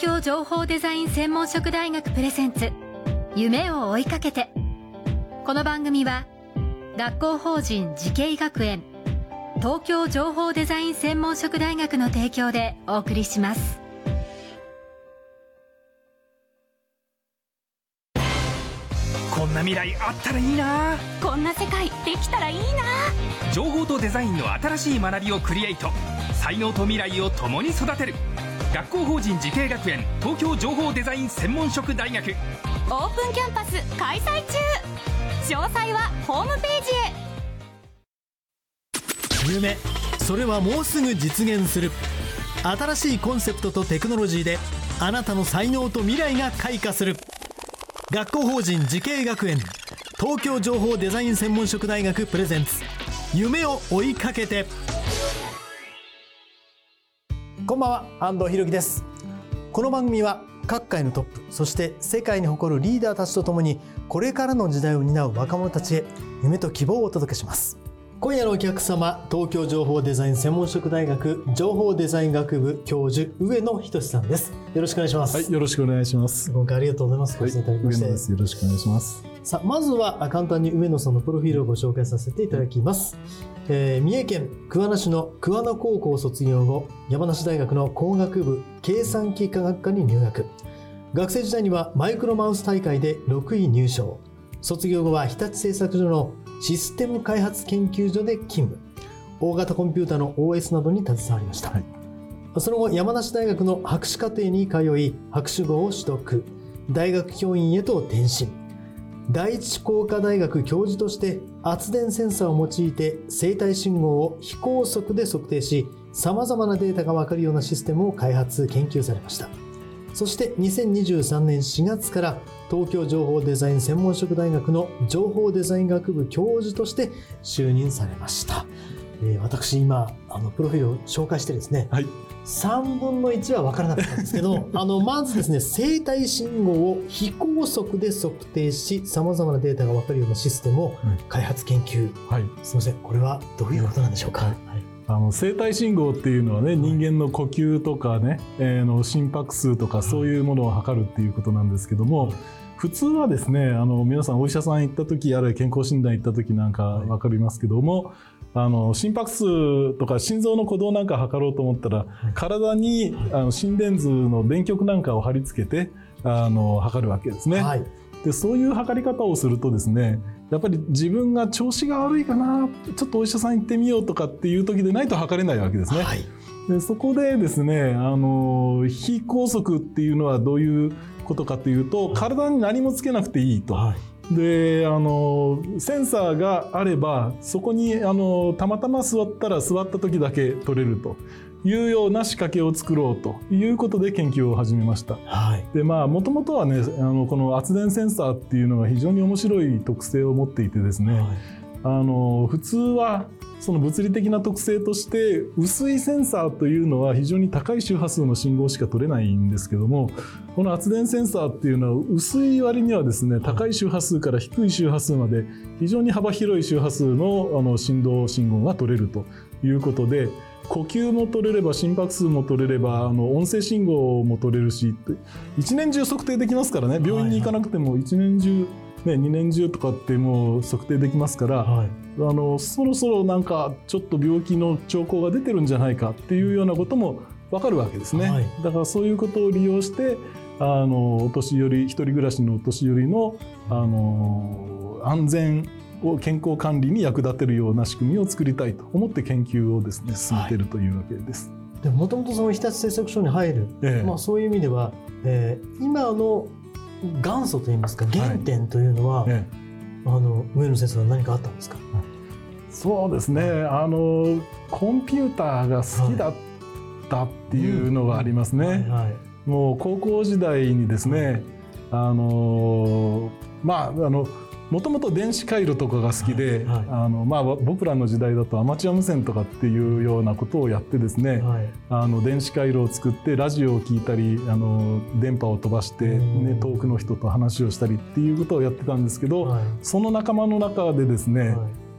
京情報デザイン専門職大学プレゼンツ夢を追いかけて。この番組は学校法人慈恵学園、東京情報デザイン専門職大学の提供でお送りします。 こんな未来あったらいいな、 こんな世界できたらいいな。 情報とデザインの新しい学びをクリエイト、才能と未来を共に育てる学校法人慈恵学園東京情報デザイン専門職大学。 オープンキャンパス開催中。詳細はホームページへ。 夢、それはもうすぐ実現する。新しいコンセプトとテクノロジーであなたの才能と未来が開花する。学校法人慈恵学園東京情報デザイン専門職大学プレゼンツ夢を追いかけて。こんばんは、安藤裕樹です。この番組は各界のトップ、そして世界に誇るリーダーたちとともにこれからの時代を担う若者たちへ夢と希望をお届けします。今夜のお客様、東京情報デザイン専門職大学情報デザイン学部教授上野仁さんです。よろしくお願いします。 はい、よろしくお願いします。 今回ありがとうございます。ご出演いただきまして、 上野です。よろしくお願いします。 さあ、まずは簡単に上野さんのプロフィールをご紹介させていただきます。三重県桑名市の桑名高校を卒業後、山梨大学の工学部計算機科学科に入学。学生時代にはマイクロマウス大会で6位入賞。卒業後は日立製作所のシステム開発研究所で勤務。大型コンピュータの OS などに携わりました。はい、その後、山梨大学の博士課程に通い、博士号を取得。大学教員へと転身。第一工科大学教授として圧電センサーを用いて生体信号を非高速で測定し、様々なデータが分かるようなシステムを開発・研究されました。そして2023年4月から東京情報デザイン専門職大学の情報デザイン学部教授として就任されました。私今プロフィールを紹介してですね、はい、3分の1は分からなかったんですけどまずですね、生体信号を非高速で測定し様々なデータが分かるようなシステムを開発研究、はい、すみません、これはどういうことなんでしょうか。 はい、生体信号っていうのはね、人間の呼吸とかね、心拍数とかそういうものを測るっていうことなんですけども、普通はですね、皆さんお医者さん行った時、あるいは健康診断行った時なんか分かりますけども、心拍数とか心臓の鼓動なんか測ろうと思ったら、体に心電図の電極なんかを貼り付けて測るわけですね。はい、でそういう測り方をするとですね、やっぱり自分が調子が悪いかな、ちょっとお医者さん行ってみようとかっていう時でないと測れないわけですね。はい、でそこでですね、非高速っていうのはどういうことかというと、体に何もつけなくていいと。はい、でセンサーがあればそこにたまたま座ったら座った時だけ取れるというような仕掛けを作ろうということで研究を始めました。はい、でもともとはね、この圧電センサーっていうのが非常に面白い特性を持っていてですね、はい、普通はその物理的な特性として薄いセンサーというのは非常に高い周波数の信号しか取れないんですけども、この圧電センサーっていうのは薄い割にはですね、高い周波数から低い周波数まで非常に幅広い周波数の振動信号が取れるということで、呼吸も取れれば心拍数も取れれば音声信号も取れるし、一年中測定できますからね。病院に行かなくても一年中2年中とかってもう測定できますから、はい、そろそろなんかちょっと病気の兆候が出てるんじゃないかっていうようなことも分かるわけですね。はい、だからそういうことを利用してお年寄り、一人暮らしのお年寄りの、安全を健康管理に役立てるような仕組みを作りたいと思って研究をですね進めているというわけです。 はい、もともとその日立製作所に入る、そういう意味では、今の元祖といいますか原点というのは、上野先生は何かあったんですか。 そうですね、コンピューターが好きだったっていうのがありますね。もう高校時代にですね、もともと電子回路とかが好きで、僕らの時代だとアマチュア無線とかっていうようなことをやってですね、電子回路を作ってラジオを聞いたり電波を飛ばして、遠くの人と話をしたりっていうことをやってたんですけど、その仲間の中でですね、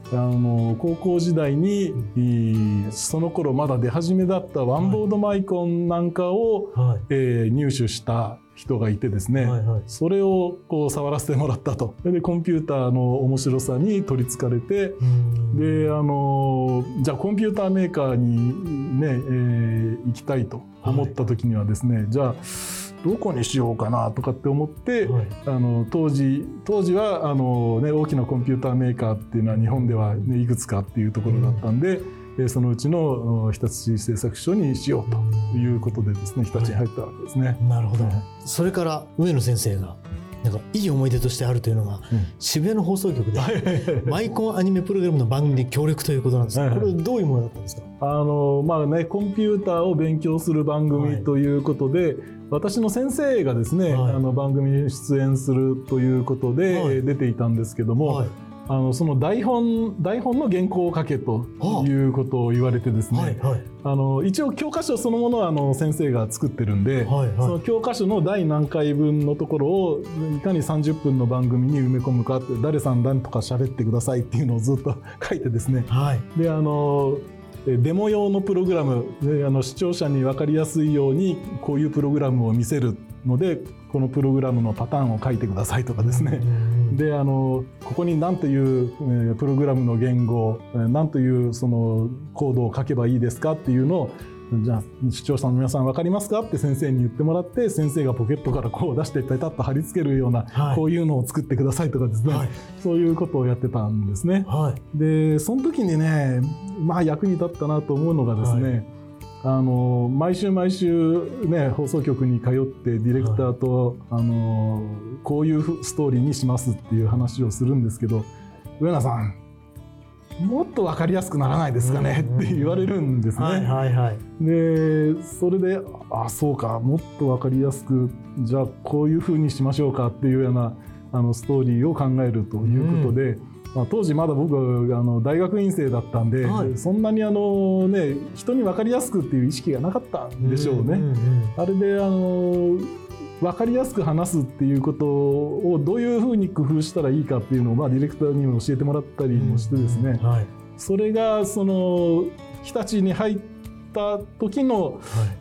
高校時代に、その頃まだ出始めだったワンボードマイコンなんかを、入手した人がいてですね、それをこう触らせてもらったと。でコンピューターの面白さに取りつかれて、でじゃあコンピューターメーカーにね、行きたいと思った時にはですね、じゃあどこにしようかなとかって思って、当時は大きなコンピューターメーカーっていうのは日本では、ね、いくつかっていうところだったんで、そのうちの日立市製作所にしようということでですね、日立に入ったわけですね。 なるほど。それから上野先生がなんかいい思い出としてあるというのが、渋谷の放送局でマイコンアニメプログラムの番組で協力ということなんですが、これどういうものだったんですか？ コンピューターを勉強する番組ということで、私の先生がですね、番組に出演するということで、出ていたんですけども、その台本の原稿を書けということを言われてですね、一応教科書そのものは先生が作ってるんで、その教科書の第何回分のところをいかに30分の番組に埋め込むかって、誰さん何とか喋ってくださいっていうのをずっと書いてですね、でデモ用のプログラム、視聴者に分かりやすいようにこういうプログラムを見せるので、このプログラムのパターンを書いてくださいとかですね、でここに何というプログラムの言語、何というそのコードを書けばいいですかっていうのを、じゃあ視聴者の皆さん分かりますかって先生に言ってもらって、先生がポケットからこう出してペタッと貼り付けるような、こういうのを作ってくださいとかですね、そういうことをやってたんですね。でその時にね、役に立ったなと思うのがですね、毎週ね、放送局に通ってディレクターと、こういうストーリーにしますっていう話をするんですけど、上野さんもっと分かりやすくならないですかねって言われるんですね。でそれでそうか、もっと分かりやすく、じゃあこういうふうにしましょうかっていうようなストーリーを考えるということで、当時まだ僕は大学院生だったんで、そんなに人に分かりやすくっていう意識がなかったんでしょうね。あれで分かりやすく話すっていうことをどういうふうに工夫したらいいかっていうのを、ディレクターにも教えてもらったりもしてですね、それがその日立に入った時の、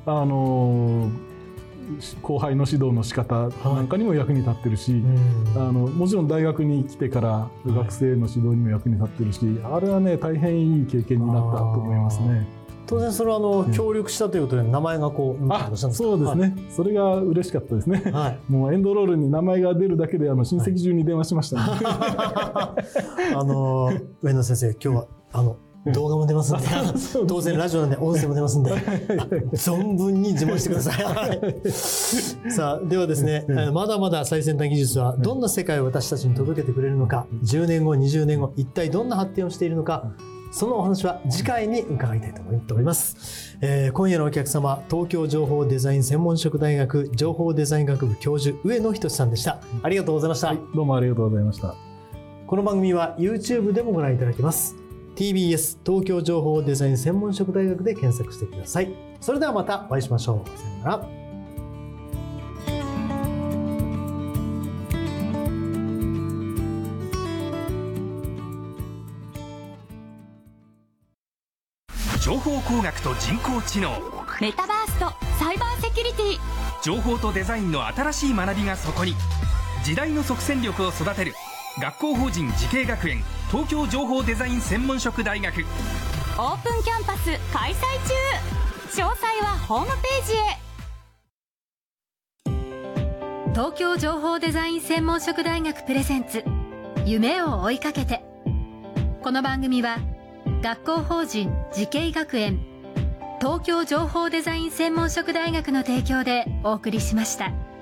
後輩の指導の仕方なんかにも役に立ってるし、もちろん大学に来てから学生の指導にも役に立ってるし、あれはね、大変いい経験になったと思いますね。 当然それは協力したということで名前がこうそうですね、それが嬉しかったですね。もうエンドロールに名前が出るだけで親戚中に電話しましたね。 上野先生、今日は動画も出ますんで、当然ラジオなんで音声も出ますんで、存分に自慢してください。さあ、ではですね、まだまだ最先端技術はどんな世界を私たちに届けてくれるのか、10年後20年後一体どんな発展をしているのか、そのお話は次回に伺いたいと思っております。今夜のお客様、東京情報デザイン専門職大学情報デザイン学部教授上野仁さんでした。ありがとうございました。 どうもありがとうございました。 この番組は YouTube でもご覧いただけます。TBS 東京情報デザイン専門職大学で検索してください。それではまたお会いしましょう。さよなら。 情報工学と人工知能、 メタバースとサイバーセキュリティ、 情報とデザインの新しい学びがそこに。時代の即戦力を育てる学校法人慈恵学園東京情報デザイン専門職大学。 オープンキャンパス開催中。詳細はホームページへ。 東京情報デザイン専門職大学プレゼンツ、夢を追いかけて。この番組は学校法人慈恵学園東京情報デザイン専門職大学の提供でお送りしました。